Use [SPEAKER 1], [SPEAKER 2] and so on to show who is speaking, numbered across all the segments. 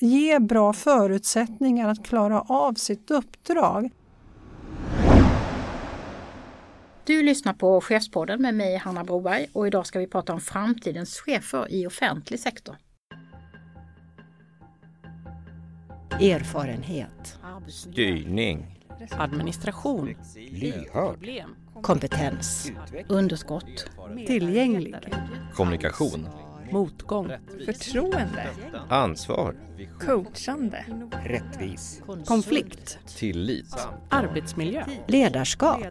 [SPEAKER 1] ge bra förutsättningar att klara av sitt uppdrag.
[SPEAKER 2] Du lyssnar på Chefspodden med mig, Hanna Broberg, och idag ska vi prata om framtidens chefer i offentlig sektor.
[SPEAKER 3] Erfarenhet,
[SPEAKER 4] styrning,
[SPEAKER 5] administration,
[SPEAKER 4] lyhörd,
[SPEAKER 3] kompetens,
[SPEAKER 2] Underskott,
[SPEAKER 5] tillgänglig,
[SPEAKER 4] kommunikation,
[SPEAKER 5] motgång,
[SPEAKER 6] förtroende,
[SPEAKER 4] ansvar,
[SPEAKER 6] coachande,
[SPEAKER 4] rättvis,
[SPEAKER 5] konflikt,
[SPEAKER 4] tillit,
[SPEAKER 5] arbetsmiljö.
[SPEAKER 3] ledarskap.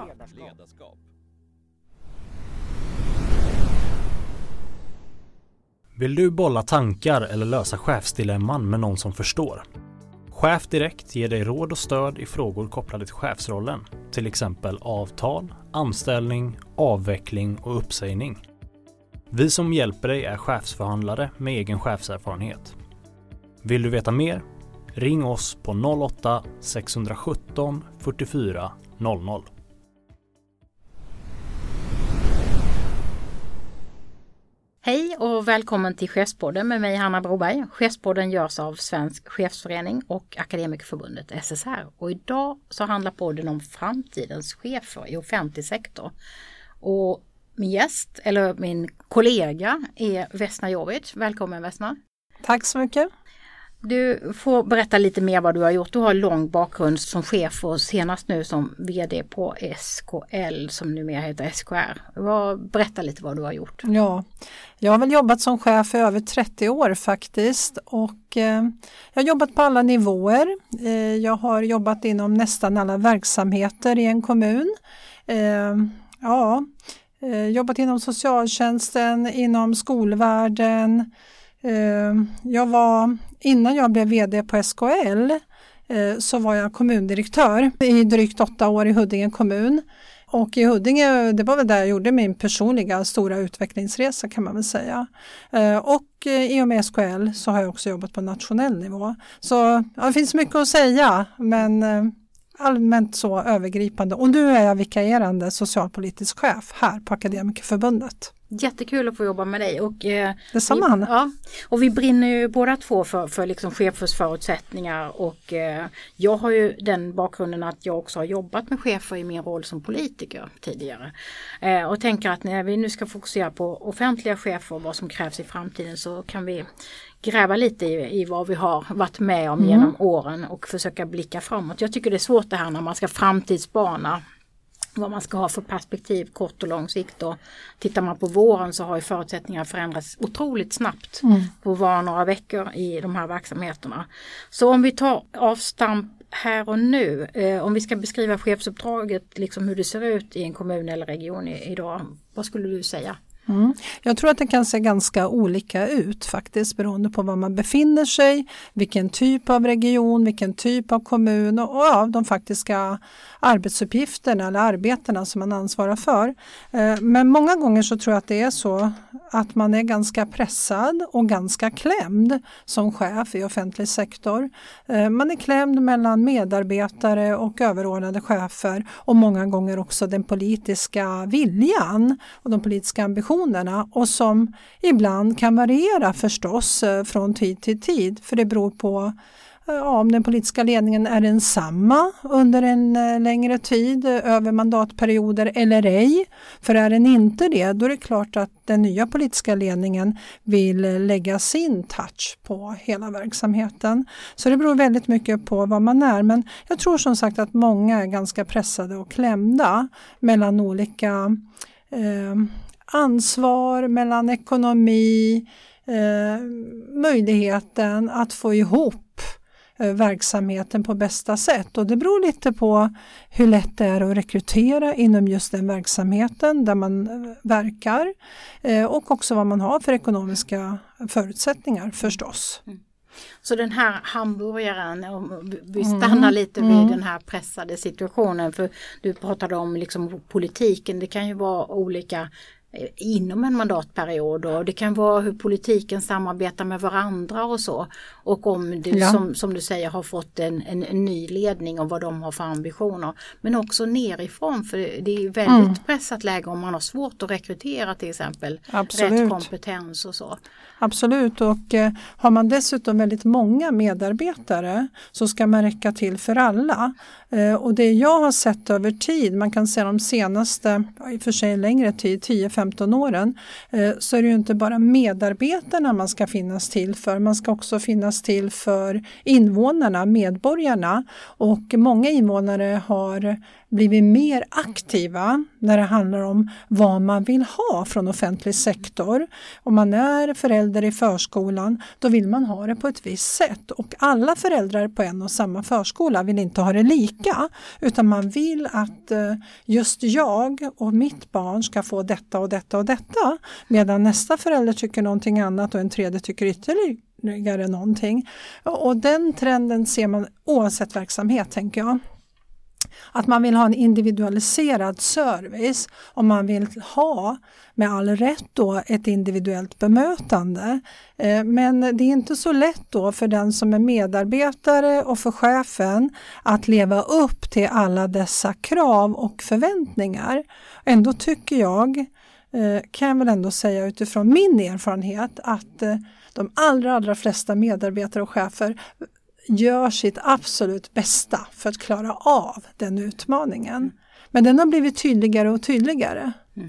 [SPEAKER 7] Vill du bolla tankar eller lösa chefsdilemman med någon som förstår? Chef Direkt ger dig råd och stöd i frågor kopplade till chefsrollen, till exempel avtal, anställning, avveckling och uppsägning. Vi som hjälper dig är chefsförhandlare med egen chefserfarenhet. Vill du veta mer? Ring oss på 08-617 44 00.
[SPEAKER 2] Hej och välkommen till Chefspodden med mig, Hanna Broberg. Chefspodden görs av Svensk chefsförening och Akademikerförbundet SSR. Och idag så handlar podden om framtidens chefer i offentlig sektor. Och min gäst, eller min kollega, är Vesna Jovic. Välkommen Vesna.
[SPEAKER 1] Tack så mycket.
[SPEAKER 2] Du får berätta lite mer vad du har gjort. Du har lång bakgrund som chef och senast nu som vd på SKL som numera heter SKR. Berätta lite vad du har gjort.
[SPEAKER 1] Ja, jag har väl jobbat som chef i över 30 år faktiskt och jag har jobbat på alla nivåer. Jag har jobbat inom nästan alla verksamheter i en kommun. Jobbat inom socialtjänsten, inom skolvärlden. Innan jag blev vd på SKL så var jag kommundirektör i drygt 8 år i Huddinge kommun. Och i Huddinge, det var väl där jag gjorde min personliga stora utvecklingsresa kan man väl säga. Och i och med SKL så har jag också jobbat på nationell nivå. Så det finns mycket att säga men allmänt så övergripande. Och nu är jag vikarierande socialpolitisk chef här på Akademikerförbundet.
[SPEAKER 2] Jättekul att få jobba med dig. Och,
[SPEAKER 1] detsamma Hanna.
[SPEAKER 2] Ja, och vi brinner ju båda två för liksom chefers förutsättningar och jag har ju den bakgrunden att jag också har jobbat med chefer i min roll som politiker tidigare. Och tänker att när vi nu ska fokusera på offentliga chefer och vad som krävs i framtiden så kan vi gräva lite i vad vi har varit med om genom åren och försöka blicka framåt. Jag tycker det är svårt det här när man ska framtidsspana vad man ska ha för perspektiv kort och lång sikt. Och tittar man på våren så har ju förutsättningarna förändrats otroligt snabbt på bara några veckor i de här verksamheterna. Så om vi tar avstamp här och nu, om vi ska beskriva chefsuppdraget, liksom hur det ser ut i en kommun eller region idag, vad skulle du säga?
[SPEAKER 1] Jag tror att det kan se ganska olika ut faktiskt beroende på var man befinner sig, vilken typ av region, vilken typ av kommun och de faktiska arbetsuppgifterna eller arbetena som man ansvarar för. Men många gånger så tror jag att det är så att man är ganska pressad och ganska klämd som chef i offentlig sektor. Man är klämd mellan medarbetare och överordnade chefer och många gånger också den politiska viljan och de politiska ambitionerna och som ibland kan variera förstås från tid till tid för det beror på om den politiska ledningen är densamma under en längre tid över mandatperioder eller ej. För är den inte det, då är det klart att den nya politiska ledningen vill lägga sin touch på hela verksamheten. Så det beror väldigt mycket på vad man är. Men jag tror som sagt att många är ganska pressade och klämda mellan olika ansvar, mellan ekonomi, möjligheten att få ihop verksamheten på bästa sätt och det beror lite på hur lätt det är att rekrytera inom just den verksamheten där man verkar och också vad man har för ekonomiska förutsättningar förstås.
[SPEAKER 2] Så den här hamburgaren, vi stannar lite vid den här pressade situationen för du pratade om liksom politiken, det kan ju vara olika inom en mandatperiod, och det kan vara hur politiken samarbetar med varandra och så. Och om du som du säger har fått en ny ledning och vad de har för ambitioner. Men också nerifrån, för det är väldigt pressat läge om man har svårt att rekrytera till exempel rätt kompetens och så.
[SPEAKER 1] Absolut, och har man dessutom väldigt många medarbetare så ska man räcka till för alla. Och det jag har sett över tid, man kan se de senaste, i och för sig längre tid, 10-15 åren, så är det ju inte bara medarbetarna man ska finnas till för. Man ska också finnas till för invånarna, medborgarna. Och många invånare har blivit mer aktiva när det handlar om vad man vill ha från offentlig sektor. Om man är förälder i förskolan, då vill man ha det på ett visst sätt. Och alla föräldrar på en och samma förskola vill inte ha det lika, utan man vill att just jag och mitt barn ska få detta och detta och detta, medan nästa förälder tycker någonting annat och en tredje tycker ytterligare någonting. Och den trenden ser man oavsett verksamhet, tänker jag. Att man vill ha en individualiserad service, och man vill ha med all rätt då ett individuellt bemötande. Men det är inte så lätt då för den som är medarbetare och för chefen att leva upp till alla dessa krav och förväntningar. Ändå tycker jag, kan jag väl ändå säga utifrån min erfarenhet, att de allra flesta medarbetare och chefer gör sitt absolut bästa för att klara av den utmaningen. Men den har blivit tydligare och tydligare.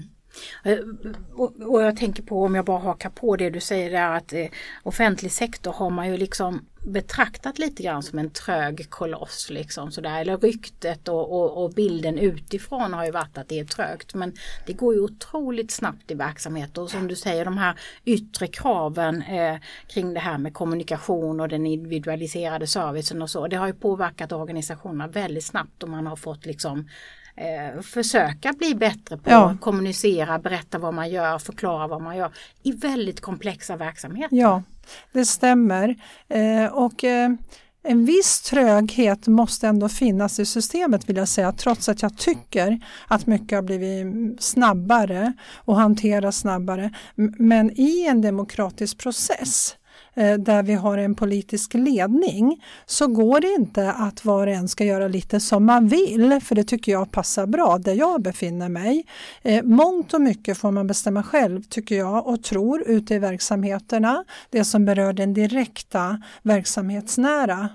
[SPEAKER 2] Och jag tänker på, om jag bara hakar på det du säger där, att offentlig sektor har man ju liksom betraktat lite grann som en trög koloss liksom sådär, eller ryktet och bilden utifrån har ju varit att det är trögt, men det går ju otroligt snabbt i verksamhet, och som du säger, de här yttre kraven kring det här med kommunikation och den individualiserade servicen och så, det har ju påverkat organisationerna väldigt snabbt, och man har fått liksom försöka bli bättre på att kommunicera, berätta vad man gör, förklara vad man gör i väldigt komplexa verksamheter.
[SPEAKER 1] Ja, det stämmer. Och en viss tröghet måste ändå finnas i systemet, vill jag säga, trots att jag tycker att mycket har blivit snabbare och hanteras snabbare. Men i en demokratisk process där vi har en politisk ledning, så går det inte att var och en ska göra lite som man vill, för det tycker jag passar bra där jag befinner mig. Mångt och mycket får man bestämma själv, tycker jag, och tror, ute i verksamheterna, det som berör den direkta verksamhetsnära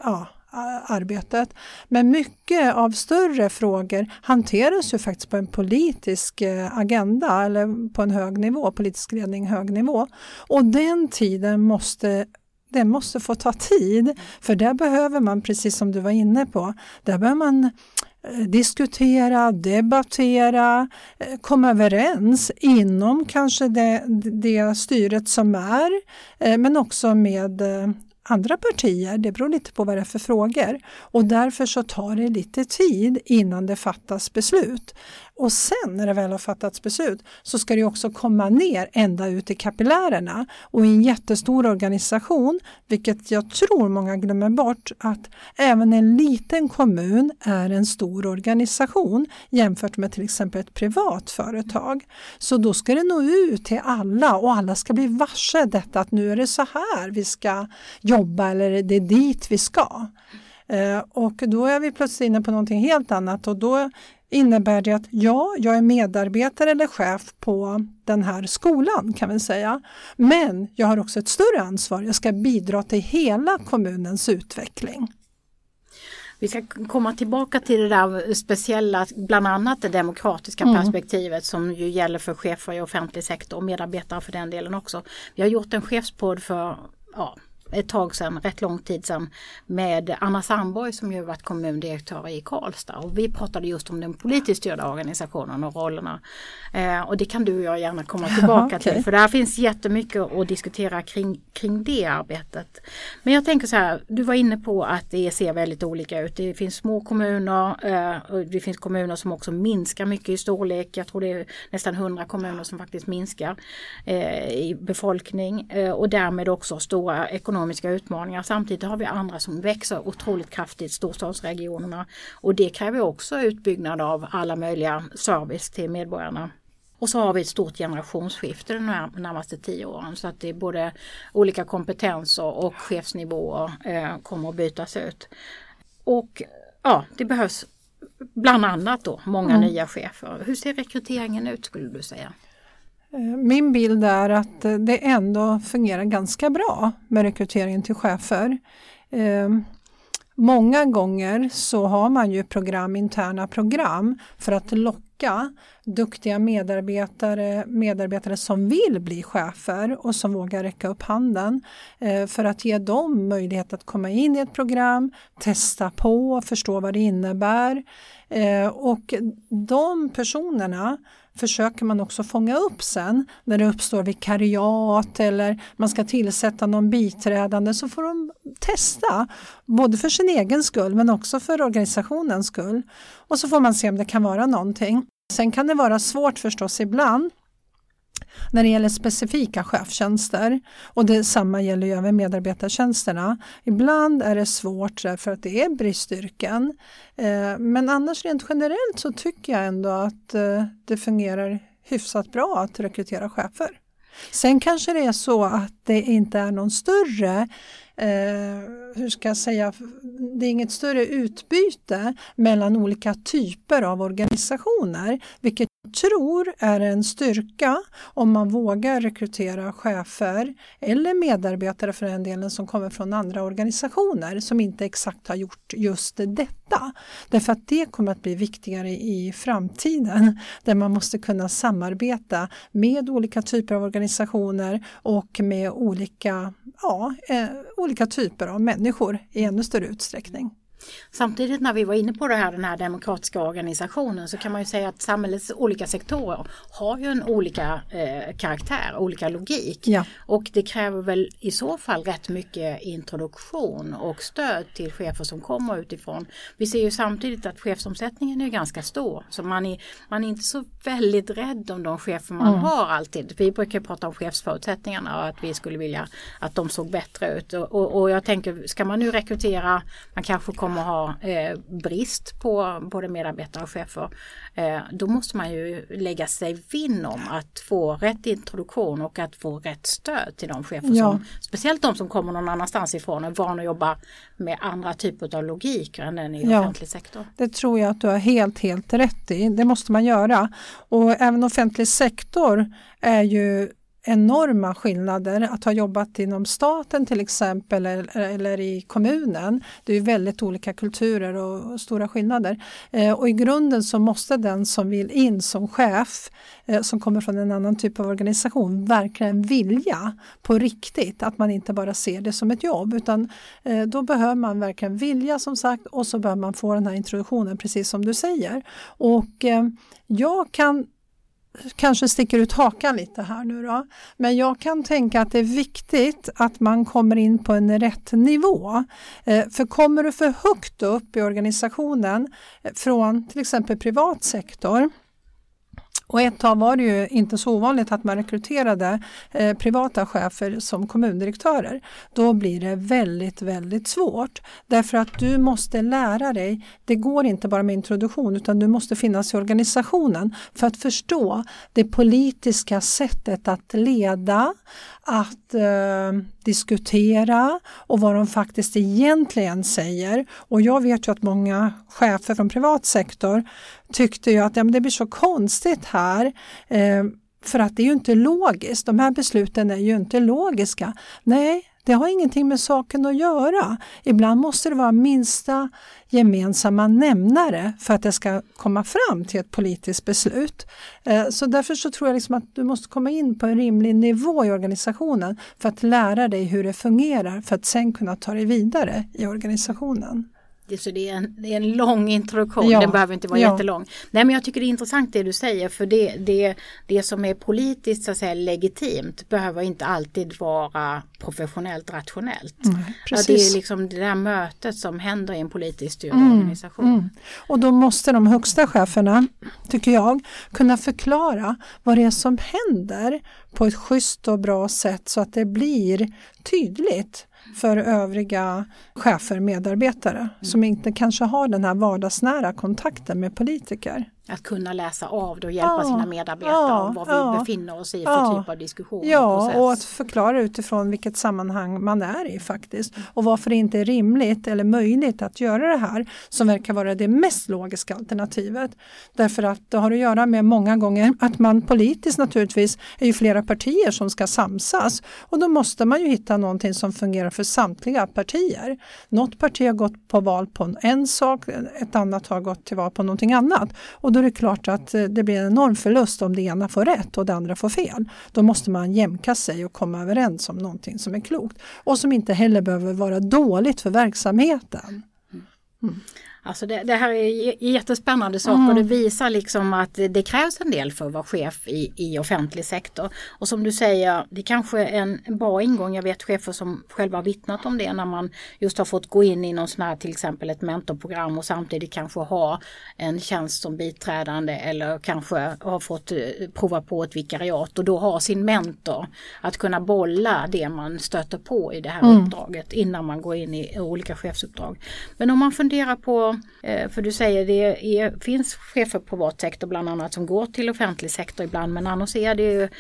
[SPEAKER 1] arbetet. Men mycket av större frågor hanteras ju faktiskt på en politisk agenda, eller på en hög nivå, politisk ledning hög nivå. Och den tiden måste få ta tid, för där behöver man, precis som du var inne på, där behöver man diskutera, debattera, komma överens inom kanske det styret som är, men också med andra partier. Det beror lite på vad det är för frågor, och därför så tar det lite tid innan det fattas beslut. Och sen när det väl har fattats beslut så ska det också komma ner ända ut i kapillärerna, och i en jättestor organisation, vilket jag tror många glömmer bort, att även en liten kommun är en stor organisation jämfört med till exempel ett privat företag. Så då ska det nå ut till alla, och alla ska bli varse detta, att nu är det så här vi ska jobba, eller det är dit vi ska. Och då är vi plötsligt inne på någonting helt annat, och då innebär det att jag är medarbetare eller chef på den här skolan, kan vi säga. Men jag har också ett större ansvar. Jag ska bidra till hela kommunens utveckling.
[SPEAKER 2] Vi ska komma tillbaka till det där speciella, bland annat det demokratiska perspektivet som ju gäller för chefer i offentlig sektor och medarbetare för den delen också. Vi har gjort en chefspodd för ett tag sedan, rätt lång tid sedan, med Anna Sandborg som ju varit kommundirektör i Karlstad, och vi pratade just om den politiskt styrda organisationen och rollerna, och det kan du och jag gärna komma tillbaka till, för där finns jättemycket att diskutera kring det arbetet. Men jag tänker så här, du var inne på att det ser väldigt olika ut. Det finns små kommuner, och det finns kommuner som också minskar mycket i storlek. Jag tror det är nästan 100 kommuner som faktiskt minskar i befolkning, och därmed också stora ekonomiska utmaningar. Samtidigt har vi andra som växer otroligt kraftigt, storstadsregionerna, och det kräver också utbyggnad av alla möjliga service till medborgarna. Och så har vi ett stort generationsskifte de närmaste 10 åren. Så att det är både olika kompetenser och chefsnivåer kommer att bytas ut. Och ja, det behövs bland annat då många nya chefer. Hur ser rekryteringen ut skulle du säga?
[SPEAKER 1] Min bild är att det ändå fungerar ganska bra med rekryteringen till chefer. Många gånger så har man ju interna program för att locka duktiga medarbetare som vill bli chefer och som vågar räcka upp handen för att ge dem möjlighet att komma in i ett program, testa på, förstå vad det innebär. Och de personerna försöker man också fånga upp sen när det uppstår vikariat eller man ska tillsätta någon biträdande, så får de testa både för sin egen skull men också för organisationens skull. Och så får man se om det kan vara någonting. Sen kan det vara svårt förstås ibland när det gäller specifika chefstjänster, och detsamma gäller ju även medarbetartjänsterna. Ibland är det svårt därför att det är bristyrken. Men annars rent generellt så tycker jag ändå att det fungerar hyfsat bra att rekrytera chefer. Sen kanske det är så att det inte är någon större det är inget större utbyte mellan olika typer av organisationer, vilket jag tror är en styrka om man vågar rekrytera chefer eller medarbetare för den delen som kommer från andra organisationer som inte exakt har gjort just detta. Därför att det kommer att bli viktigare i framtiden, där man måste kunna samarbeta med olika typer av organisationer och med olika typer av människor i ännu större utsträckning.
[SPEAKER 2] Samtidigt när vi var inne på den här demokratiska organisationen, så kan man ju säga att samhällets olika sektorer har ju en olika karaktär, olika logik. Ja. Och det kräver väl i så fall rätt mycket introduktion och stöd till chefer som kommer utifrån. Vi ser ju samtidigt att chefsomsättningen är ganska stor, så man är inte så väldigt rädd om de chefer man har alltid. Vi brukar prata om chefsförutsättningarna och att vi skulle vilja att de såg bättre ut. Och jag tänker, ska man nu rekrytera, man kanske kommer att ha brist på både medarbetare och chefer, då måste man ju lägga sig vinn om att få rätt introduktion och att få rätt stöd till de chefer som, speciellt de som kommer någon annanstans ifrån och van att jobba med andra typer av logik än den i offentlig sektor. Det
[SPEAKER 1] tror jag att du har helt rätt i. Det måste man göra. Och även offentlig sektor är ju enorma skillnader. Att ha jobbat inom staten till exempel eller i kommunen. Det är ju väldigt olika kulturer och stora skillnader. Och i grunden så måste den som vill in som chef, som kommer från en annan typ av organisation, verkligen vilja på riktigt. Att man inte bara ser det som ett jobb, utan då behöver man verkligen vilja, som sagt, och så behöver man få den här introduktionen precis som du säger. Och jag kanske sticker ut hakan lite här nu då. Men jag kan tänka att det är viktigt att man kommer in på en rätt nivå. För kommer du för högt upp i organisationen från till exempel privat sektor, och ett tag var det ju inte så ovanligt att man rekryterade privata chefer som kommundirektörer. Då blir det väldigt svårt. Därför att du måste lära dig, det går inte bara med introduktion, utan du måste finnas i organisationen för att förstå det politiska sättet att leda, att diskutera och vad de faktiskt egentligen säger. Och jag vet ju att många chefer från privat sektor tyckte ju att det blir så konstigt här, för att det är ju inte logiskt. De här besluten är ju inte logiska. Nej, det har ingenting med saken att göra. Ibland måste det vara minsta gemensamma nämnare för att det ska komma fram till ett politiskt beslut. Så därför så tror jag liksom att du måste komma in på en rimlig nivå i organisationen för att lära dig hur det fungerar, för att sen kunna ta dig vidare i organisationen.
[SPEAKER 2] Så det är en lång introduktion, den behöver inte vara jättelång. Nej, men jag tycker det är intressant det du säger, för det som är politiskt så att säga legitimt behöver inte alltid vara professionellt rationellt.
[SPEAKER 1] Precis.
[SPEAKER 2] Det är liksom det där mötet som händer i en politiskt styrd organisation.
[SPEAKER 1] Och då måste de högsta cheferna, tycker jag, kunna förklara vad det är som händer på ett schysst och bra sätt så att det blir tydligt för övriga chefer, medarbetare som inte kanske har den här vardagsnära kontakten med politiker.
[SPEAKER 2] Att kunna läsa av det och hjälpa sina medarbetare om vad vi befinner oss i för typ av diskussion.
[SPEAKER 1] Ja, och att förklara utifrån vilket sammanhang man är i faktiskt. Och varför det inte är rimligt eller möjligt att göra det här som verkar vara det mest logiska alternativet. Därför att det har att göra med många gånger att man politiskt naturligtvis är ju flera partier som ska samsas. Och då måste man ju hitta någonting som fungerar för samtliga partier. Något parti har gått på val på en sak, ett annat har gått till val på någonting annat. Och då är det klart att det blir en enorm förlust om det ena får rätt och det andra får fel. Då måste man jämka sig och komma överens om någonting som är klokt. Och som inte heller behöver vara dåligt för verksamheten.
[SPEAKER 2] Alltså det här är jättespännande saker och det visar liksom att det krävs en del för att vara chef i offentlig sektor. Och som du säger, det kanske är en bra ingång. Jag vet chefer som själva har vittnat om det när man just har fått gå in i någon sån här, till exempel ett mentorprogram och samtidigt kanske ha en tjänst som biträdande eller kanske har fått prova på ett vikariat och då ha sin mentor att kunna bolla det man stöter på i det här uppdraget innan man går in i olika chefsuppdrag. Men om man funderar på, för du säger det finns chefer på privat sektor bland annat som går till offentlig sektor ibland, men annars är det ju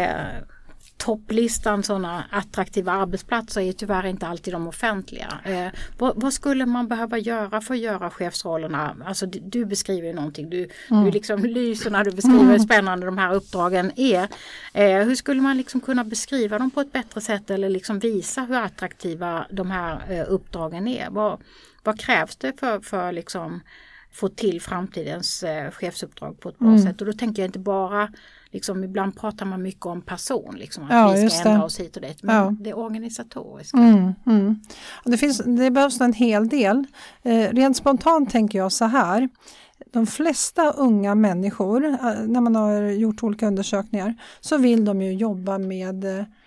[SPEAKER 2] topplistan sådana attraktiva arbetsplatser är tyvärr inte alltid de offentliga. Vad skulle man behöva göra för att göra chefsrollerna? Alltså du beskriver ju någonting, du liksom lyser när du beskriver hur spännande de här uppdragen är. Hur skulle man liksom kunna beskriva dem på ett bättre sätt eller liksom visa hur attraktiva de här uppdragen är? Vad krävs det för liksom få till framtidens chefsuppdrag på ett bra sätt? Och då tänker jag inte bara, liksom, ibland pratar man mycket om person, liksom, att vi ska ändra oss hit och dit, men det organisatoriska.
[SPEAKER 1] Det behövs en hel del. Rent spontant tänker jag så här. De flesta unga människor, när man har gjort olika undersökningar, så vill de ju jobba med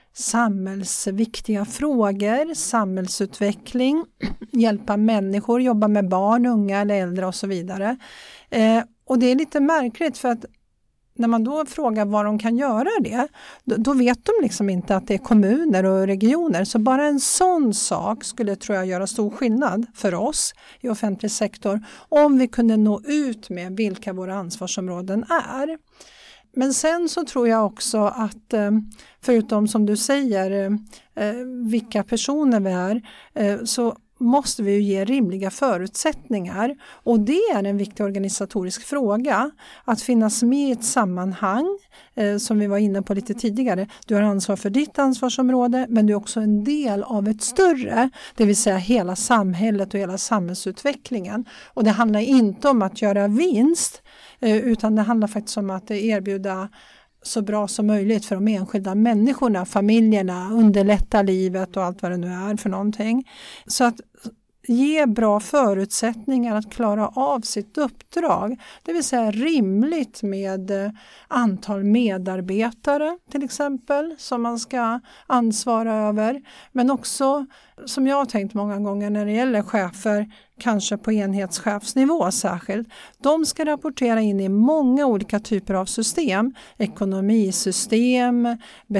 [SPEAKER 1] samhällsviktiga frågor, samhällsutveckling, hjälpa människor, jobba med barn, unga eller äldre och så vidare. Och det är lite märkligt för att när man då frågar var de kan göra det, då vet de liksom inte att det är kommuner och regioner. Så bara en sån sak skulle, tror jag, göra stor skillnad för oss i offentlig sektor om vi kunde nå ut med vilka våra ansvarsområden är. Men sen så tror jag också att förutom som du säger vilka personer vi är så måste vi ju ge rimliga förutsättningar. Och det är en viktig organisatorisk fråga. Att finnas med i ett sammanhang som vi var inne på lite tidigare. Du har ansvar för ditt ansvarsområde men du är också en del av ett större. Det vill säga hela samhället och hela samhällsutvecklingen. Och det handlar inte om att göra vinst utan det handlar faktiskt om att erbjuda så bra som möjligt för de enskilda människorna, familjerna, underlätta livet och allt vad det nu är för någonting. Så att ge bra förutsättningar att klara av sitt uppdrag. Det vill säga rimligt med antal medarbetare till exempel som man ska ansvara över. Men också som jag har tänkt många gånger när det gäller chefer, kanske på enhetschefsnivå särskilt. De ska rapportera in i många olika typer av system. Ekonomisystem,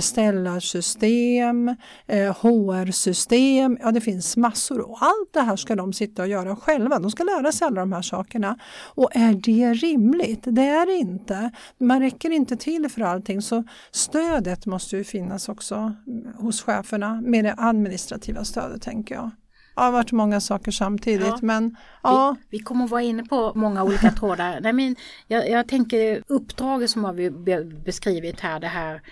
[SPEAKER 1] beställarsystem, HR-system. Ja, det finns massor. Och allt det här ska de sitta och göra själva. De ska lära sig alla de här sakerna. Och är det rimligt? Det är det inte. Man räcker inte till för allting. Så stödet måste ju finnas också hos cheferna med det administrativa stödet, tänker jag. Det har varit många saker samtidigt. Men, ja.
[SPEAKER 2] Vi kommer att vara inne på många olika trådar. Nej, men jag tänker uppdraget som har vi beskrivit här, det här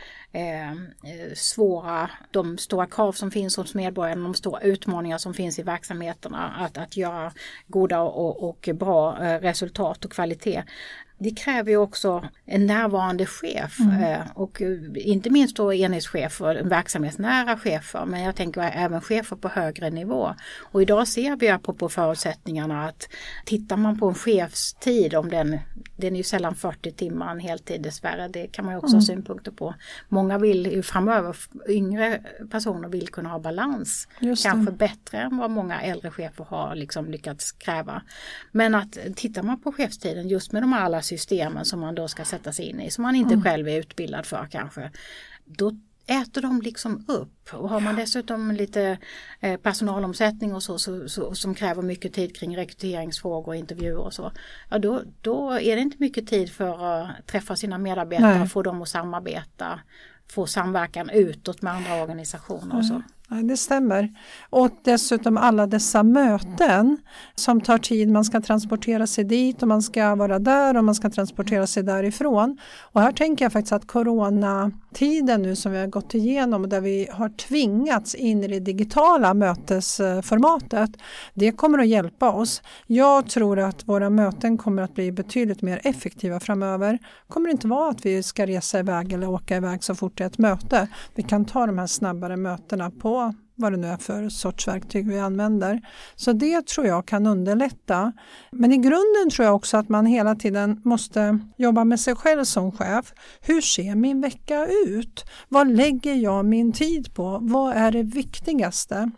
[SPEAKER 2] svåra, de stora krav som finns hos medborgarna, de stora utmaningar som finns i verksamheterna att göra goda och bra resultat och kvalitet. Det kräver ju också en närvarande chef och inte minst då enhetschefer, verksamhetsnära chefer, men jag tänker även chefer på högre nivå. Och idag ser vi apropå förutsättningarna att tittar man på en chefstid, om den är ju sällan 40 timmar en heltid dessvärre, det kan man ju också ha synpunkter på. Många vill ju framöver, yngre personer vill kunna ha balans, kanske bättre än vad många äldre chefer har liksom lyckats kräva. Men att tittar man på chefstiden just med de alla systemen som man då ska sätta sig in i, som man inte själv är utbildad för kanske, då äter de liksom upp. Och har man dessutom lite personalomsättning och så som kräver mycket tid kring rekryteringsfrågor och intervjuer och så. Ja, då är det inte mycket tid för att träffa sina medarbetare, få dem att samarbeta, få samverkan utåt med andra organisationer och så.
[SPEAKER 1] Ja, det stämmer. Och dessutom alla dessa möten som tar tid. Man ska transportera sig dit och man ska vara där och man ska transportera sig därifrån. Och här tänker jag faktiskt att coronatiden nu som vi har gått igenom och där vi har tvingats in i det digitala mötesformatet, det kommer att hjälpa oss. Jag tror att våra möten kommer att bli betydligt mer effektiva framöver. Det kommer inte vara att vi ska resa iväg eller åka iväg så fort det är ett möte. Vi kan ta de här snabbare mötena på vad det nu är för sorts verktyg vi använder. Så det tror jag kan underlätta. Men i grunden tror jag också att man hela tiden måste jobba med sig själv som chef. Hur ser min vecka ut? Vad lägger jag min tid på? Vad är det viktigaste?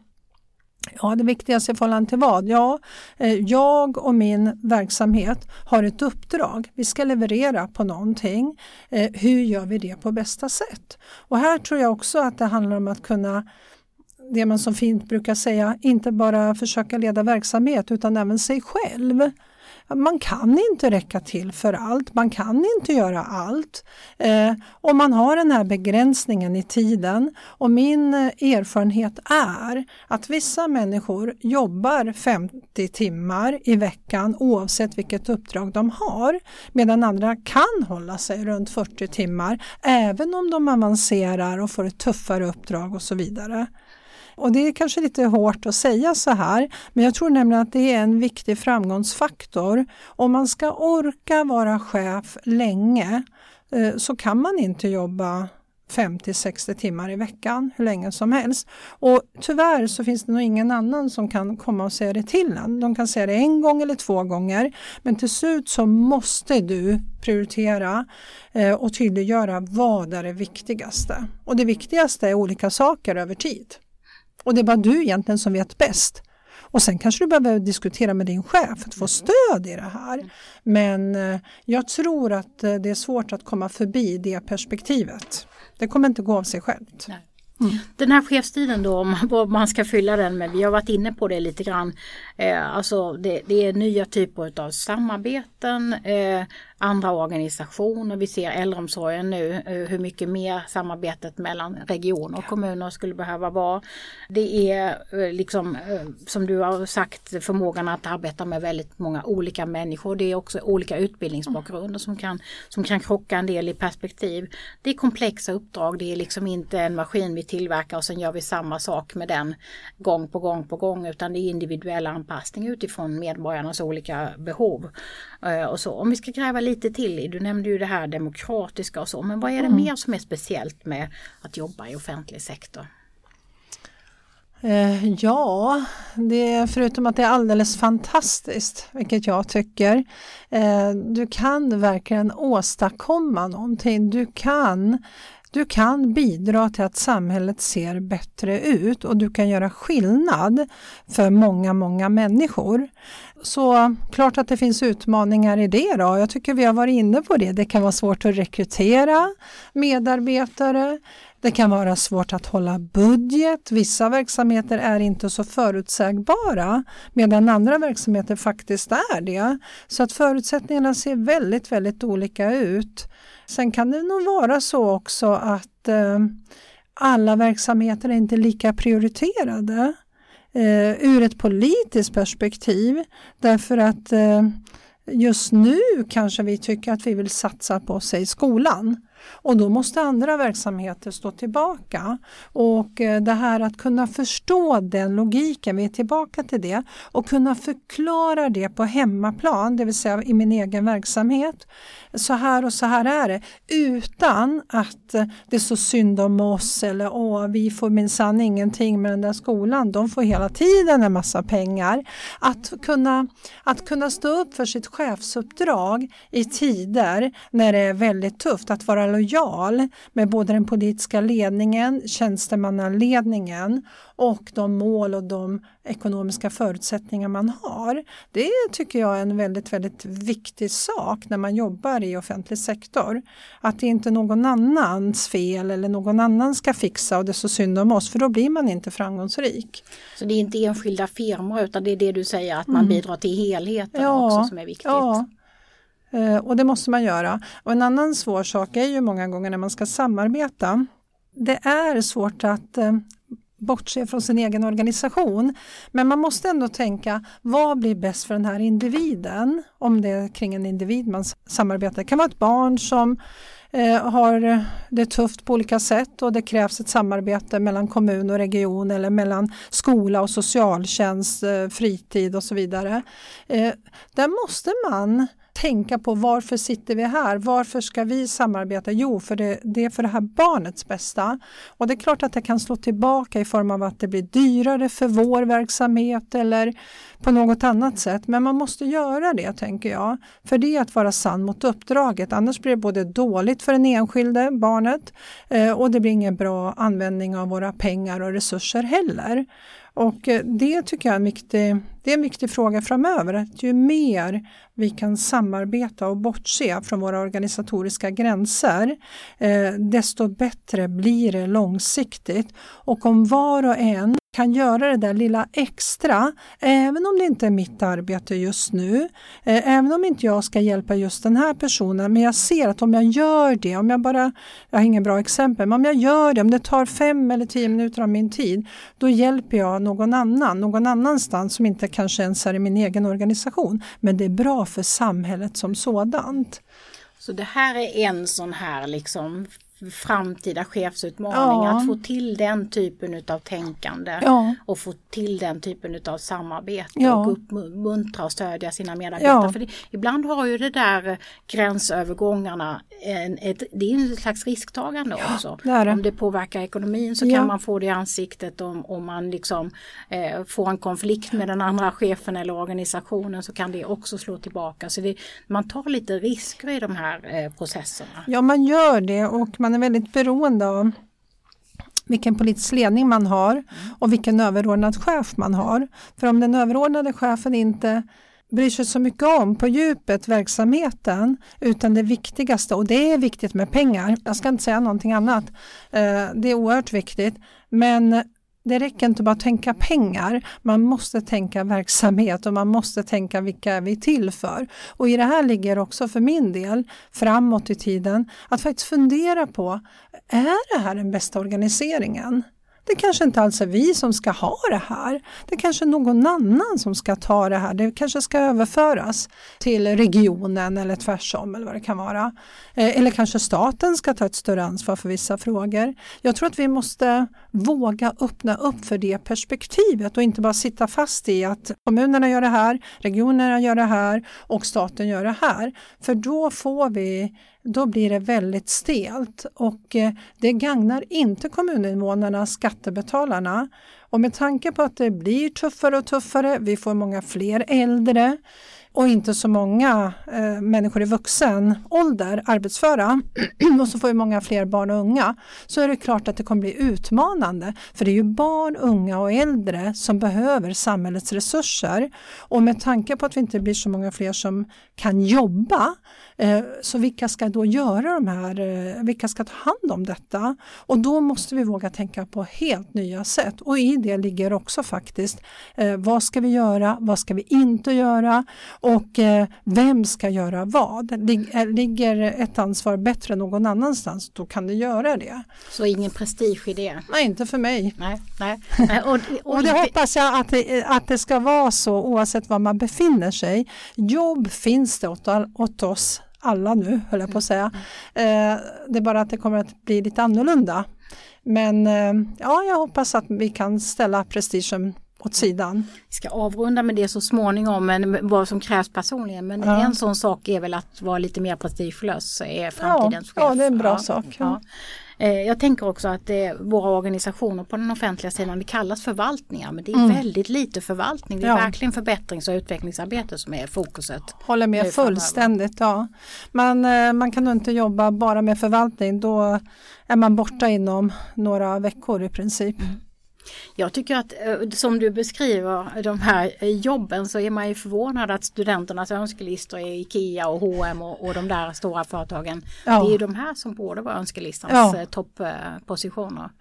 [SPEAKER 1] Ja, det viktigaste i förhållande till vad? Ja, jag och min verksamhet har ett uppdrag. Vi ska leverera på någonting. Hur gör vi det på bästa sätt? Och här tror jag också att det handlar om att kunna, det man så fint brukar säga, inte bara försöka leda verksamhet utan även sig själv. Man kan inte räcka till för allt, man kan inte göra allt. Och man har den här begränsningen i tiden. Och min erfarenhet är att vissa människor jobbar 50 timmar i veckan oavsett vilket uppdrag de har. Medan andra kan hålla sig runt 40 timmar även om de avancerar och får ett tuffare uppdrag och så vidare. Och det är kanske lite hårt att säga så här, men jag tror nämligen att det är en viktig framgångsfaktor. Om man ska orka vara chef länge så kan man inte jobba 50-60 timmar i veckan hur länge som helst. Och tyvärr så finns det nog ingen annan som kan komma och säga det till en. De kan säga det 1 gång eller 2 gånger, men till slut så måste du prioritera och tydliggöra vad är det viktigaste. Och det viktigaste är olika saker över tid. Och det är bara du egentligen som vet bäst. Och sen kanske du behöver diskutera med din chef för att få stöd i det här. Men jag tror att det är svårt att komma förbi det perspektivet. Det kommer inte gå av sig självt.
[SPEAKER 2] Nej. Den här chefstiden då, vad man ska fylla den med, vi har varit inne på det lite grann. Alltså det är nya typer av samarbeten, andra organisationer. Vi ser äldreomsorgen nu, hur mycket mer samarbetet mellan regioner och kommuner skulle behöva vara. Det är liksom, som du har sagt, förmågan att arbeta med väldigt många olika människor. Det är också olika utbildningsbakgrunder som kan krocka en del i perspektiv. Det är komplexa uppdrag, det är liksom inte en maskin vi tillverkar och sen gör vi samma sak med den gång på gång, utan det är individuell anpassning utifrån medborgarnas olika behov. Och så. Om vi ska gräva lite till, du nämnde ju det här demokratiska och så, men vad är det mer som är speciellt med att jobba i offentlig sektor?
[SPEAKER 1] Ja, förutom att det är alldeles fantastiskt, vilket jag tycker. Du kan verkligen åstadkomma någonting. Du kan bidra till att samhället ser bättre ut och du kan göra skillnad för många människor. Så klart att det finns utmaningar i det då. Jag tycker vi har varit inne på det. Det kan vara svårt att rekrytera medarbetare. Det kan vara svårt att hålla budget. Vissa verksamheter är inte så förutsägbara medan andra verksamheter faktiskt är det. Så att förutsättningarna ser väldigt, väldigt olika ut. Sen kan det nog vara så också att alla verksamheter är inte lika prioriterade ur ett politiskt perspektiv. Därför att just nu kanske vi tycker att vi vill satsa på sig i skolan. Och då måste andra verksamheter stå tillbaka. Och det här att kunna förstå den logiken, vi är tillbaka till det. Och kunna förklara det på hemmaplan, det vill säga i min egen verksamhet. Så här och så här är det. Utan att det är så synd om oss eller vi får minsann ingenting med den där skolan. De får hela tiden en massa pengar. Att kunna stå upp för sitt chefsuppdrag i tider när det är väldigt tufft. Att vara lojal med både den politiska ledningen, tjänstemannaledningen och de mål och de ekonomiska förutsättningar man har. Det tycker jag är en väldigt, väldigt viktig sak när man jobbar i offentlig sektor. Att det inte är någon annans fel eller någon annan ska fixa och det är så synd om oss, för då blir man inte framgångsrik.
[SPEAKER 2] Så det är inte enskilda firmor utan det är det du säger att man bidrar till helheten också som är viktigt.
[SPEAKER 1] Ja. Och det måste man göra. Och en annan svår sak är ju många gånger när man ska samarbeta. Det är svårt att bortse från sin egen organisation. Men man måste ändå tänka, vad blir bäst för den här individen? Om det är kring en individ man samarbetar. Det kan vara ett barn som har det tufft på olika sätt och det krävs ett samarbete mellan kommun och region eller mellan skola och socialtjänst, fritid och så vidare. Där måste man tänka på, varför sitter vi här? Varför ska vi samarbeta? Jo, för det är för det här barnets bästa. Och det är klart att det kan slå tillbaka i form av att det blir dyrare för vår verksamhet eller på något annat sätt. Men man måste göra det, tänker jag. För det är att vara sann mot uppdraget. Annars blir det både dåligt för den enskilde barnet och det blir ingen bra användning av våra pengar och resurser heller. Och det tycker jag är en viktig fråga framöver. Att ju mer vi kan samarbeta och bortse från våra organisatoriska gränser, desto bättre blir det långsiktigt. Och om var och en kan göra det där lilla extra, även om det inte är mitt arbete just nu, även om inte jag ska hjälpa just den här personen, men jag ser att om jag gör det, jag har ingen bra exempel, men om jag gör det, om det tar 5 eller 10 minuter av min tid, då hjälper jag någon annanstans som inte kanske ens är i min egen organisation, men det är bra för samhället som sådant.
[SPEAKER 2] Så det här är en sån här liksom framtida chefsutmaning, att få till den typen av tänkande och få till den typen av samarbete och uppmuntra och stödja sina medarbetare. För ibland har ju det där gränsövergångarna det är en slags risktagande också. Om det påverkar ekonomin så kan man få det i ansiktet, om man liksom får en konflikt med den andra chefen eller organisationen, så kan det också slå tillbaka. Så man tar lite risker i de här processerna. Ja,
[SPEAKER 1] man gör det, och man är väldigt beroende av vilken politisk ledning man har och vilken överordnad chef man har. För om den överordnade chefen inte bryr sig så mycket om på djupet verksamheten, utan det viktigaste, och det är viktigt med pengar. Jag ska inte säga någonting annat. Det är oerhört viktigt, men det räcker inte bara att tänka pengar. Man måste tänka verksamhet och man måste tänka vilka vi är till för. Och i det här ligger också för min del framåt i tiden att faktiskt fundera på, är det här den bästa organiseringen? Det kanske inte alls är vi som ska ha det här. Det kanske är någon annan som ska ta det här. Det kanske ska överföras till regionen eller tvärsom eller vad det kan vara. Eller kanske staten ska ta ett större ansvar för vissa frågor. Jag tror att vi måste våga öppna upp för det perspektivet och inte bara sitta fast i att kommunerna gör det här, regionerna gör det här och staten gör det här. För då blir det väldigt stelt, och det gagnar inte kommuninvånarna, skattebetalarna. Och med tanke på att det blir tuffare och tuffare, vi får många fler äldre och inte så många människor i vuxen ålder arbetsföra, och så får vi många fler barn och unga, så är det klart att det kommer bli utmanande. För det är ju barn, unga och äldre som behöver samhällets resurser. Och med tanke på att vi inte blir så många fler som kan jobba, så vilka ska då göra vilka ska ta hand om detta? Och då måste vi våga tänka på helt nya sätt. Och i det ligger också faktiskt, vad ska vi göra? Vad ska vi inte göra? Och vem ska göra vad? Ligger ett ansvar bättre någon annanstans, då kan det göra det.
[SPEAKER 2] Så ingen prestige i det?
[SPEAKER 1] Nej, inte för mig.
[SPEAKER 2] Nej.
[SPEAKER 1] Och det hoppas jag att det ska vara så, oavsett var man befinner sig. Jobb finns det åt oss alla nu, höll jag på att säga. Det är bara att det kommer att bli lite annorlunda. Men jag hoppas att vi kan ställa prestigen åt sidan.
[SPEAKER 2] Vi ska avrunda med det så småningom, men vad som krävs personligen. Men en sån sak är väl att vara lite mer prestigelös är framtidens chef.
[SPEAKER 1] Ja, det är en bra sak. Ja.
[SPEAKER 2] Jag tänker också att våra organisationer på den offentliga sidan, det kallas förvaltningar, men det är väldigt lite förvaltning. Det är verkligen förbättrings- och utvecklingsarbete som är fokuset.
[SPEAKER 1] Håller med fullständigt, ja. Man kan nog inte jobba bara med förvaltning, då är man borta inom några veckor i princip.
[SPEAKER 2] Jag tycker att som du beskriver de här jobben, så är man ju förvånad att studenternas önskelistor är IKEA och H&M och de där stora företagen. Ja. Det är ju de här som borde vara önskelistans topppositioner.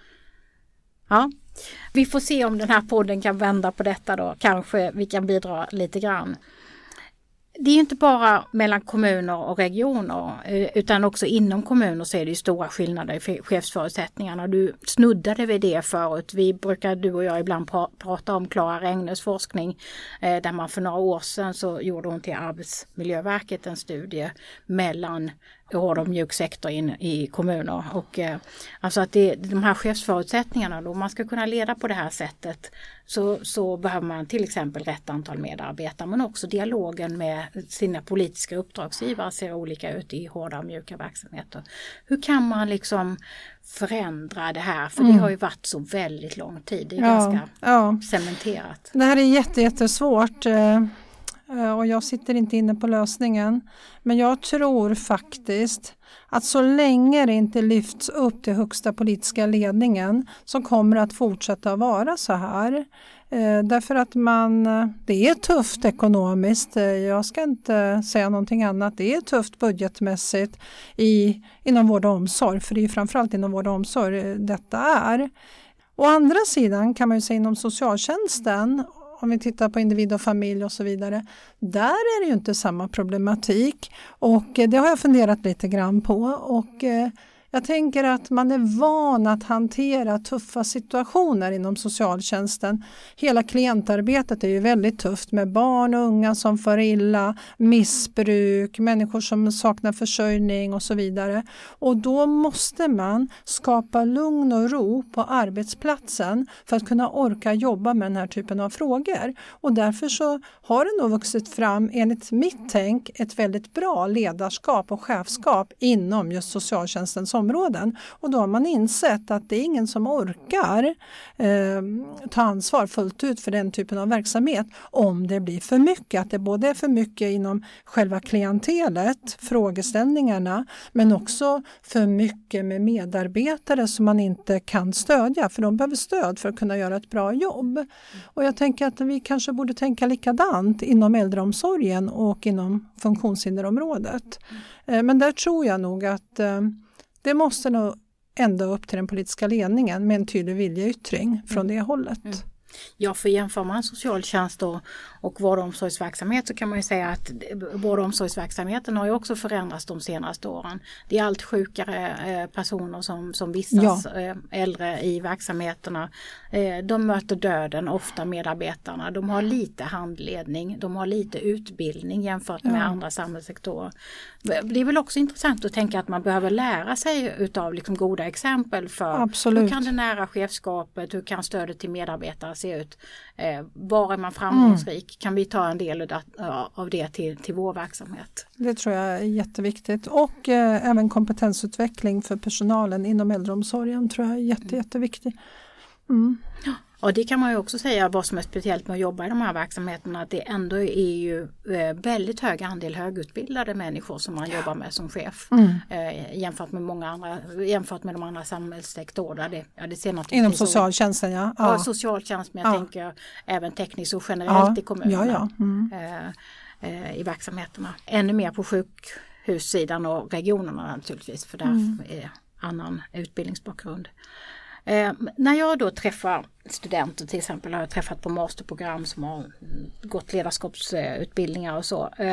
[SPEAKER 2] Ja. Vi får se om den här podden kan vända på detta då. Kanske vi kan bidra lite grann. Det är ju inte bara mellan kommuner och regioner, utan också inom kommuner så är det ju stora skillnader i chefsförutsättningarna. Du snuddade vid det förut. Du och jag ibland prata om Clara Regnes forskning, där man för några år sedan så gjorde hon till Arbetsmiljöverket en studie mellan hård och mjuk sektor in i kommuner. Och alltså att de här chefsförutsättningarna, då man ska kunna leda på det här sättet, så behöver man till exempel rätt antal medarbetare, men också dialogen med sina politiska uppdragsgivare ser olika ut i hårda och mjuka verksamheter. Hur kan man liksom förändra det här? För det har ju varit så väldigt lång tid. Det är ganska cementerat.
[SPEAKER 1] Det här är jättesvårt. Och jag sitter inte inne på lösningen. Men jag tror faktiskt att så länge det inte lyfts upp till högsta politiska ledningen, så kommer det att fortsätta vara så här. Därför att det är tufft ekonomiskt. Jag ska inte säga någonting annat. Det är tufft budgetmässigt inom vård och omsorg. För det är framförallt inom vård och omsorg detta är. Å andra sidan kan man ju säga inom socialtjänsten, om vi tittar på individ och familj och så vidare, där är det ju inte samma problematik. Och det har jag funderat lite grann på. Och jag tänker att man är van att hantera tuffa situationer inom socialtjänsten. Hela klientarbetet är ju väldigt tufft med barn och unga som far illa, missbruk, människor som saknar försörjning och så vidare. Och då måste man skapa lugn och ro på arbetsplatsen för att kunna orka jobba med den här typen av frågor. Och därför så har det nog vuxit fram, enligt mitt tänk, ett väldigt bra ledarskap och chefskap inom just socialtjänstens områden. Och då har man insett att det är ingen som orkar ta ansvar fullt ut för den typen av verksamhet om det blir för mycket. Att det både är för mycket inom själva klientelet, frågeställningarna, men också för mycket med medarbetare som man inte kan stödja, för de behöver stöd för att kunna göra ett bra jobb. Och jag tänker att vi kanske borde tänka likadant inom äldreomsorgen och inom funktionshinderområdet. Men där tror jag nog att det måste nog ända upp till den politiska ledningen med en tydlig viljeyttring från det hållet.
[SPEAKER 2] Ja, för jämför man socialtjänst och vård- och omsorgsverksamhet, så kan man ju säga att vård- och omsorgsverksamheten har ju också förändrats de senaste åren. Det är allt sjukare personer som vistas äldre i verksamheterna. De möter döden, ofta medarbetarna. De har lite handledning, de har lite utbildning jämfört med andra samhällssektorer. Det är väl också intressant att tänka att man behöver lära sig utav liksom goda exempel för hur kan det nära chefskapet, hur kan stödet till medarbetare se ut? Var är man framgångsrik? Kan vi ta en del av det till vår verksamhet? Det
[SPEAKER 1] tror jag är jätteviktigt. Och även kompetensutveckling för personalen inom äldreomsorgen tror jag är jätteviktigt.
[SPEAKER 2] Och det kan man ju också säga, vad som är speciellt med att jobba i de här verksamheterna, att det ändå är ju väldigt hög andel högutbildade människor som man jobbar med som chef jämfört med de andra samhällssektorerna. Det ser naturligtvis
[SPEAKER 1] inom socialtjänsten,
[SPEAKER 2] ja, socialtjänst, men jag tänker även tekniskt och generellt i kommunerna i verksamheterna. Ännu mer på sjukhussidan och regionerna naturligtvis, för där är annan utbildningsbakgrund. När jag då träffar studenter, till exempel har jag träffat på masterprogram som har gått ledarskapsutbildningar och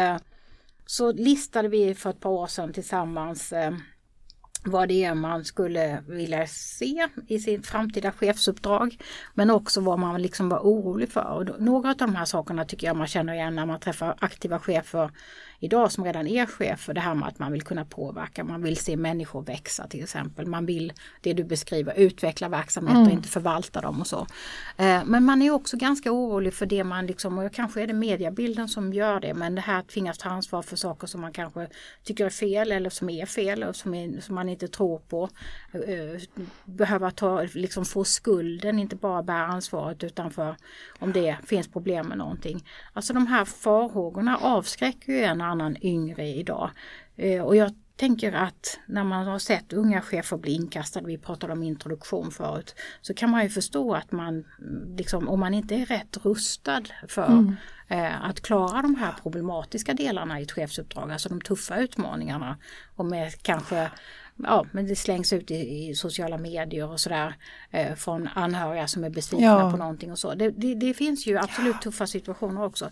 [SPEAKER 2] så listade vi för ett par år sedan tillsammans vad det är man skulle vilja se i sitt framtida chefsuppdrag, men också vad man liksom var orolig för. Och några av de här sakerna tycker jag man känner igen när man träffar aktiva chefer idag som redan är chefer, det här med att man vill kunna påverka, man vill se människor växa till exempel, man vill, det du beskriver, utveckla verksamheter, inte förvalta dem och så. Men man är också ganska orolig för det man liksom, och kanske är det mediebilden som gör det, men det här att tvingas ta ansvar för saker som man kanske tycker är fel eller som är fel och som man inte tror på, behöva liksom få skulden, inte bara bära ansvaret utan för om det finns problem med någonting. Alltså de här farhågorna avskräcker ju en annan yngre idag. Och jag tänker att när man har sett unga chefer bli inkastade, vi pratade om introduktion förut, så kan man ju förstå att man liksom, om man inte är rätt rustad för att klara de här problematiska delarna i ett chefsuppdrag, alltså de tuffa utmaningarna, och med kanske men det slängs ut i sociala medier och sådär från anhöriga som är besvikna på någonting och så. Det finns ju absolut tuffa situationer också.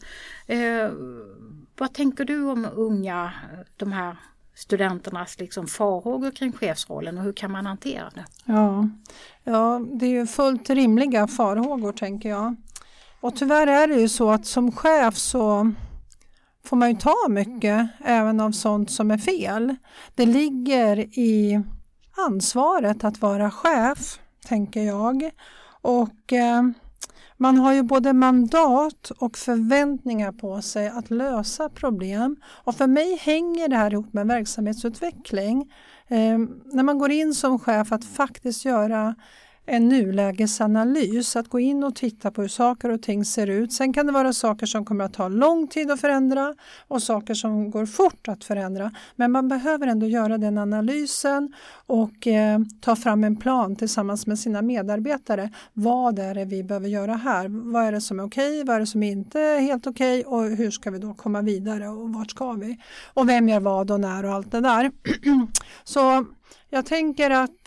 [SPEAKER 2] Vad tänker du om unga, de här studenternas liksom farhågor kring chefsrollen, och hur kan man hantera det?
[SPEAKER 1] Ja, det är ju fullt rimliga farhågor, tänker jag. Och tyvärr är det ju så att som chef så får man ju ta mycket även av sånt som är fel. Det ligger i ansvaret att vara chef, tänker jag. Och man har ju både mandat och förväntningar på sig att lösa problem. Och för mig hänger det här ihop med verksamhetsutveckling. När man går in som chef att faktiskt göra en nulägesanalys, att gå in och titta på hur saker och ting ser ut. Sen kan det vara saker som kommer att ta lång tid att förändra och saker som går fort att förändra. Men man behöver ändå göra den analysen och ta fram en plan tillsammans med sina medarbetare. Vad är det vi behöver göra här? Vad är det som är okej? Vad är det som inte är helt okej? Och hur ska vi då komma vidare? Och vart ska vi? Och vem gör vad och när och allt det där. Så jag tänker att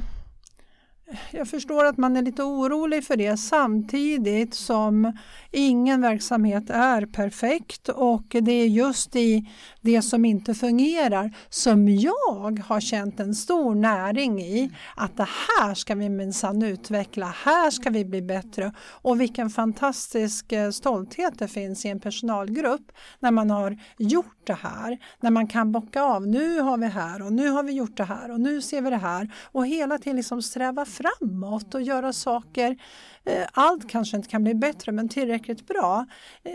[SPEAKER 1] jag förstår att man är lite orolig för det, samtidigt som ingen verksamhet är perfekt, och det är just i det som inte fungerar som jag har känt en stor näring i, att det här ska vi minsann utveckla, här ska vi bli bättre, och vilken fantastisk stolthet det finns i en personalgrupp när man har gjort det här, när man kan bocka av, nu har vi här och nu har vi gjort det här och nu ser vi det här, och hela tiden liksom sträva framåt och göra saker. Allt kanske inte kan bli bättre, men tillräckligt bra.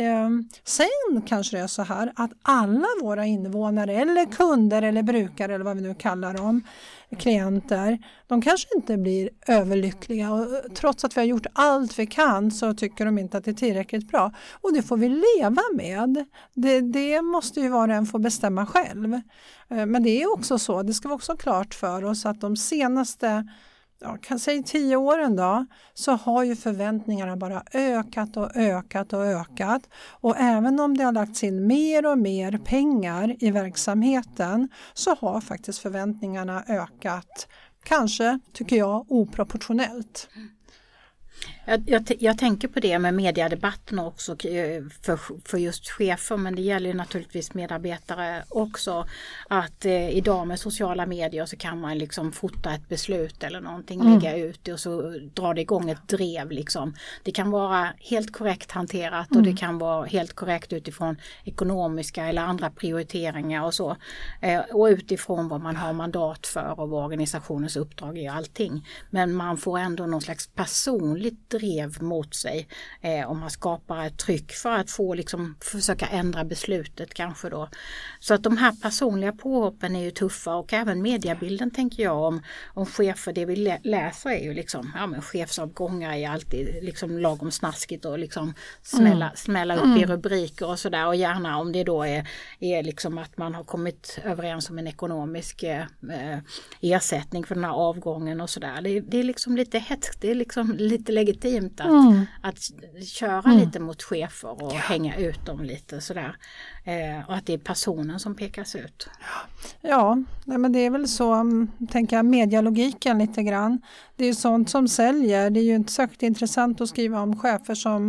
[SPEAKER 1] Sen kanske det är så här att alla våra invånare eller kunder eller brukare eller vad vi nu kallar dem, klienter, de kanske inte blir överlyckliga, och trots att vi har gjort allt vi kan så tycker de inte att det är tillräckligt bra, och det får vi leva med. Det måste ju var och en få bestämma själv. Men det är också så, det ska vi också klart för oss, att de senaste kan säga 10 åren då, så har ju förväntningarna bara ökat och ökat och ökat. Och även om det har lagts in mer och mer pengar i verksamheten, så har faktiskt förväntningarna ökat, kanske tycker jag oproportionellt.
[SPEAKER 2] Jag tänker på det med mediedebatten också för just chefer, men det gäller naturligtvis medarbetare också, att idag med sociala medier så kan man liksom fota ett beslut eller någonting, lägga ut det och så drar det igång ett drev liksom. Det kan vara helt korrekt hanterat och det kan vara helt korrekt utifrån ekonomiska eller andra prioriteringar och så, och utifrån vad man har mandat för och vad organisationens uppdrag är, allting. Men man får ändå någon slags personligt drev mot sig om man skapar ett tryck för att få liksom försöka ändra beslutet kanske då. Så att de här personliga påhoppen är ju tuffa, och även mediebilden tänker jag om chefer, det vi läser är ju liksom, men chefsavgångar är alltid liksom lagom snaskigt och liksom smälla upp i rubriker och sådär, och gärna om det då är liksom att man har kommit överens om en ekonomisk ersättning för den här avgången och sådär. Det är liksom lite hetskt, det är liksom lite legitimt att köra lite mot chefer och hänga ut dem lite sådär. Och att det är personen som pekas ut.
[SPEAKER 1] Ja, men det är väl så, tänker jag, medialogiken lite grann. Det är ju sånt som säljer. Det är ju inte särskilt intressant att skriva om chefer som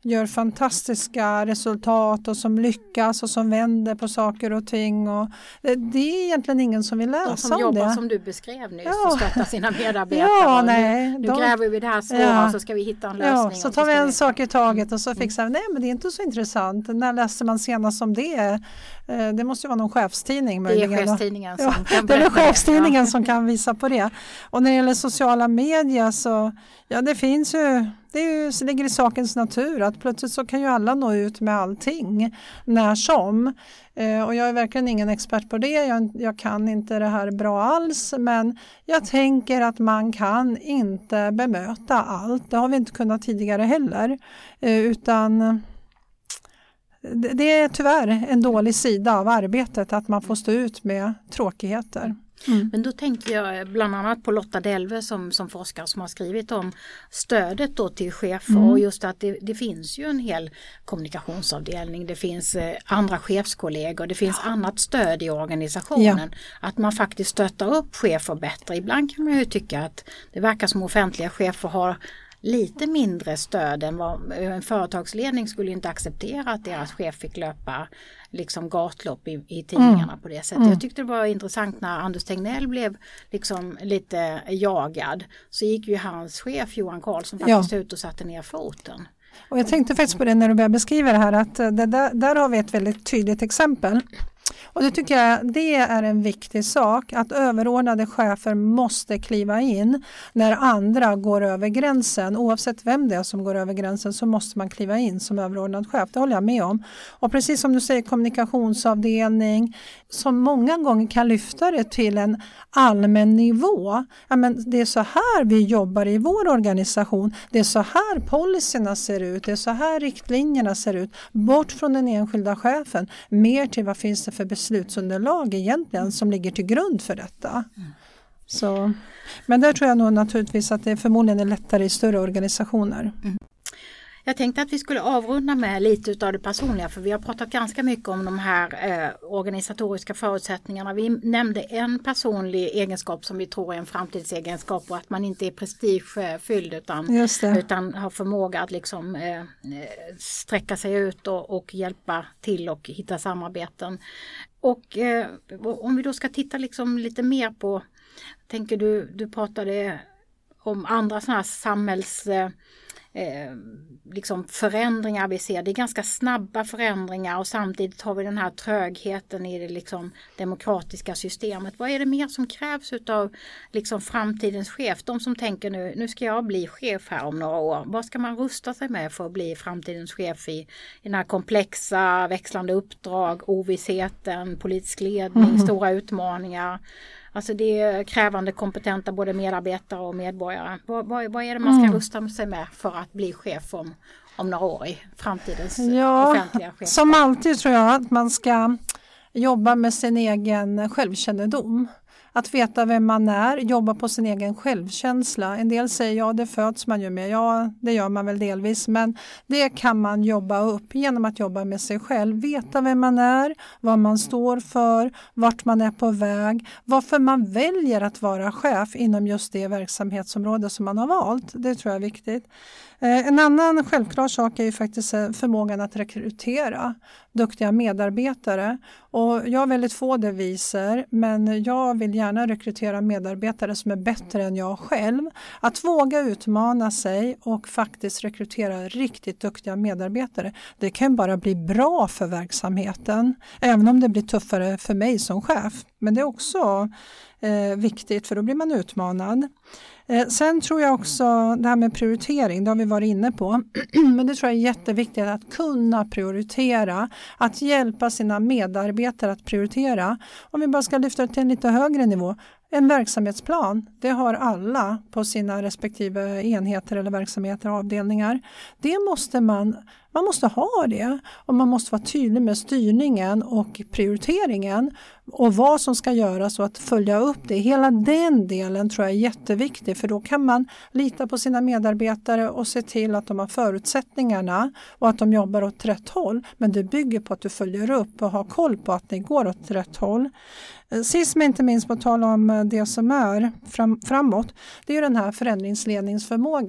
[SPEAKER 1] gör fantastiska resultat och som lyckas och som vänder på saker och ting. Och det är egentligen ingen som vill läsa om det.
[SPEAKER 2] De som jobbar som du beskrev nyss och stöttar sina medarbetare.
[SPEAKER 1] Ja, nej,
[SPEAKER 2] nu gräver vi det här svåra så ska vi hitta en lösning.
[SPEAKER 1] Ja, så tar vi en sak i taget och så fixar vi. Nej, men det är inte så intressant. När läste man senast om det? Det måste ju vara någon chefstidning. Möjligen.
[SPEAKER 2] Det är chefstidningen som kan
[SPEAKER 1] det är chefstidningen som kan visa på det. Och när det gäller sociala medier så det finns ju, det ligger i sakens natur att plötsligt så kan ju alla nå ut med allting när som. Och jag är verkligen ingen expert på det, jag kan inte det här bra alls, men jag tänker att man kan inte bemöta allt. Det har vi inte kunnat tidigare heller, utan det är tyvärr en dålig sida av arbetet att man får stå ut med tråkigheter.
[SPEAKER 2] Men då tänker jag bland annat på Lotta Delve som forskare som har skrivit om stödet då till chefer och just att det finns ju en hel kommunikationsavdelning, det finns andra chefskollegor, det finns annat stöd i organisationen. Att man faktiskt stöttar upp chefer bättre. Ibland kan man ju tycka att det verkar som offentliga chefer har lite mindre stöd än vad en företagsledning skulle inte acceptera att deras chef fick löpa liksom gatlopp i tidningarna på det sättet. Jag tyckte det var intressant när Anders Tegnell blev liksom lite jagad, så gick ju hans chef Johan Karlsson faktiskt ut och satte ner foten.
[SPEAKER 1] Och jag tänkte faktiskt på det när du började beskriva det här, att där har vi ett väldigt tydligt exempel. Och det tycker jag det är en viktig sak, att överordnade chefer måste kliva in när andra går över gränsen. Oavsett vem det är som går över gränsen så måste man kliva in som överordnad chef. Det håller jag med om. Och precis som du säger, kommunikationsavdelning som många gånger kan lyfta det till en allmän nivå. Ja, men det är så här vi jobbar i vår organisation. Det är så här policyerna ser ut. Det är så här riktlinjerna ser ut. Bort från den enskilda chefen. Mer till vad finns det för beslutsunderlag egentligen som ligger till grund för detta. Så, men där tror jag nog naturligtvis att det förmodligen är lättare i större organisationer.
[SPEAKER 2] Jag tänkte att vi skulle avrunda med lite av det personliga, för vi har pratat ganska mycket om de här organisatoriska förutsättningarna. Vi nämnde en personlig egenskap som vi tror är en framtidsegenskap, och att man inte är prestigefylld utan har förmåga att liksom, sträcka sig ut och hjälpa till och hitta samarbeten. Och om vi då ska titta liksom lite mer på, tänker du pratade om andra sådana här liksom förändringar vi ser. Det är ganska snabba förändringar och samtidigt har vi den här trögheten i det liksom demokratiska systemet. Vad är det mer som krävs utav liksom framtidens chef? De som tänker nu ska jag bli chef här om några år. Vad ska man rusta sig med för att bli framtidens chef i den här komplexa, växlande uppdrag, ovissheten, politisk ledning, stora utmaningar? Alltså det är krävande, kompetenta både medarbetare och medborgare. Vad är det man ska rusta sig med för att bli chef om några år i framtidens offentliga chef?
[SPEAKER 1] Som alltid tror jag att man ska jobba med sin egen självkännedom. Att veta vem man är, jobba på sin egen självkänsla. En del säger det föds man ju med. Ja, det gör man väl delvis. Men det kan man jobba upp genom att jobba med sig själv. Veta vem man är, vad man står för, vart man är på väg. Varför man väljer att vara chef inom just det verksamhetsområde som man har valt. Det tror jag är viktigt. En annan självklar sak är ju faktiskt förmågan att rekrytera duktiga medarbetare. Och jag har väldigt få deviser, men jag vill gärna rekrytera medarbetare som är bättre än jag själv. Att våga utmana sig och faktiskt rekrytera riktigt duktiga medarbetare. Det kan bara bli bra för verksamheten, även om det blir tuffare för mig som chef. Men det är också viktigt, för då blir man utmanad. Sen tror jag också det här med prioritering, det har vi varit inne på. Men det tror jag är jätteviktigt att kunna prioritera, att hjälpa sina medarbetare att prioritera. Om vi bara ska lyfta det till en lite högre nivå. En verksamhetsplan, det har alla på sina respektive enheter eller verksamheter och avdelningar. Det måste man måste ha det, och man måste vara tydlig med styrningen och prioriteringen och vad som ska göras och att följa upp det. Hela den delen tror jag är jätteviktig, för då kan man lita på sina medarbetare och se till att de har förutsättningarna och att de jobbar åt rätt håll. Men det bygger på att du följer upp och har koll på att det går åt rätt håll. Sist men inte minst på tal om det som är framåt, det är ju den här förändringsledningsförmågan.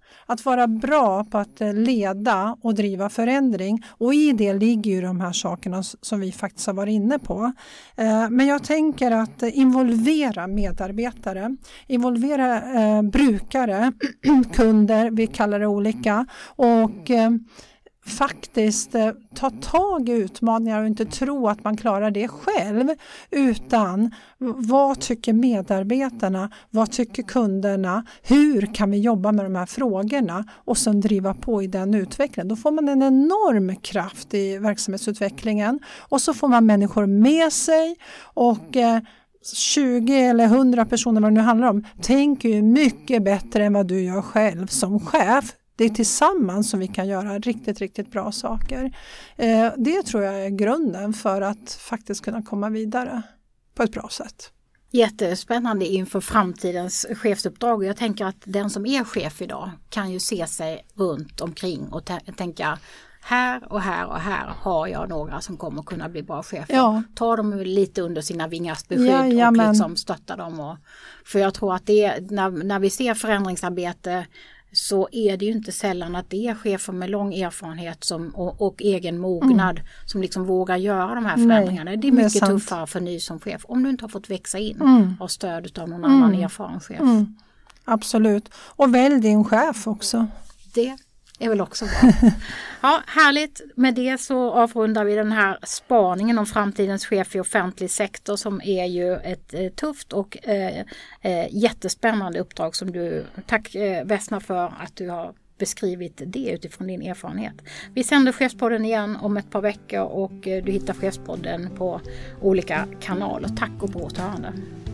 [SPEAKER 1] Att vara bra på att leda och driva förändring, och i det ligger ju de här sakerna som vi faktiskt har varit inne på. Men jag tänker att involvera medarbetare, involvera brukare, kunder, vi kallar det olika, och faktiskt ta tag i utmaningar och inte tro att man klarar det själv, utan vad tycker medarbetarna, vad tycker kunderna, hur kan vi jobba med de här frågorna och sen driva på i den utvecklingen. Då får man en enorm kraft i verksamhetsutvecklingen och så får man människor med sig, och 20 eller 100 personer, vad det nu handlar om, tänker ju mycket bättre än vad du gör själv som chef. Det är tillsammans som vi kan göra riktigt, riktigt bra saker. Det tror jag är grunden för att faktiskt kunna komma vidare på ett bra sätt.
[SPEAKER 2] Jättespännande inför framtidens chefsuppdrag. Jag tänker att den som är chef idag kan ju se sig runt omkring och tänka, här och här och här har jag några som kommer kunna bli bra chefer.
[SPEAKER 1] Ja.
[SPEAKER 2] Ta dem lite under sina vingars beskydd och liksom stötta dem. För jag tror att det när vi ser förändringsarbete, så är det ju inte sällan att det är chefer med lång erfarenhet och egen mognad som liksom vågar göra de här förändringarna. Det är mycket tuffare för ny som chef om du inte har fått växa in och stöd av någon annan erfaren chef.
[SPEAKER 1] Absolut. Och välj din chef också.
[SPEAKER 2] Det är väl också bra. Ja, härligt. Med det så avrundar vi den här spaningen om framtidens chef i offentlig sektor, som är ju ett tufft och jättespännande uppdrag som du, tack Vesna för att du har beskrivit det utifrån din erfarenhet. Vi sänder Chefspodden igen om ett par veckor och du hittar Chefspodden på olika kanaler. Tack och på återhörande.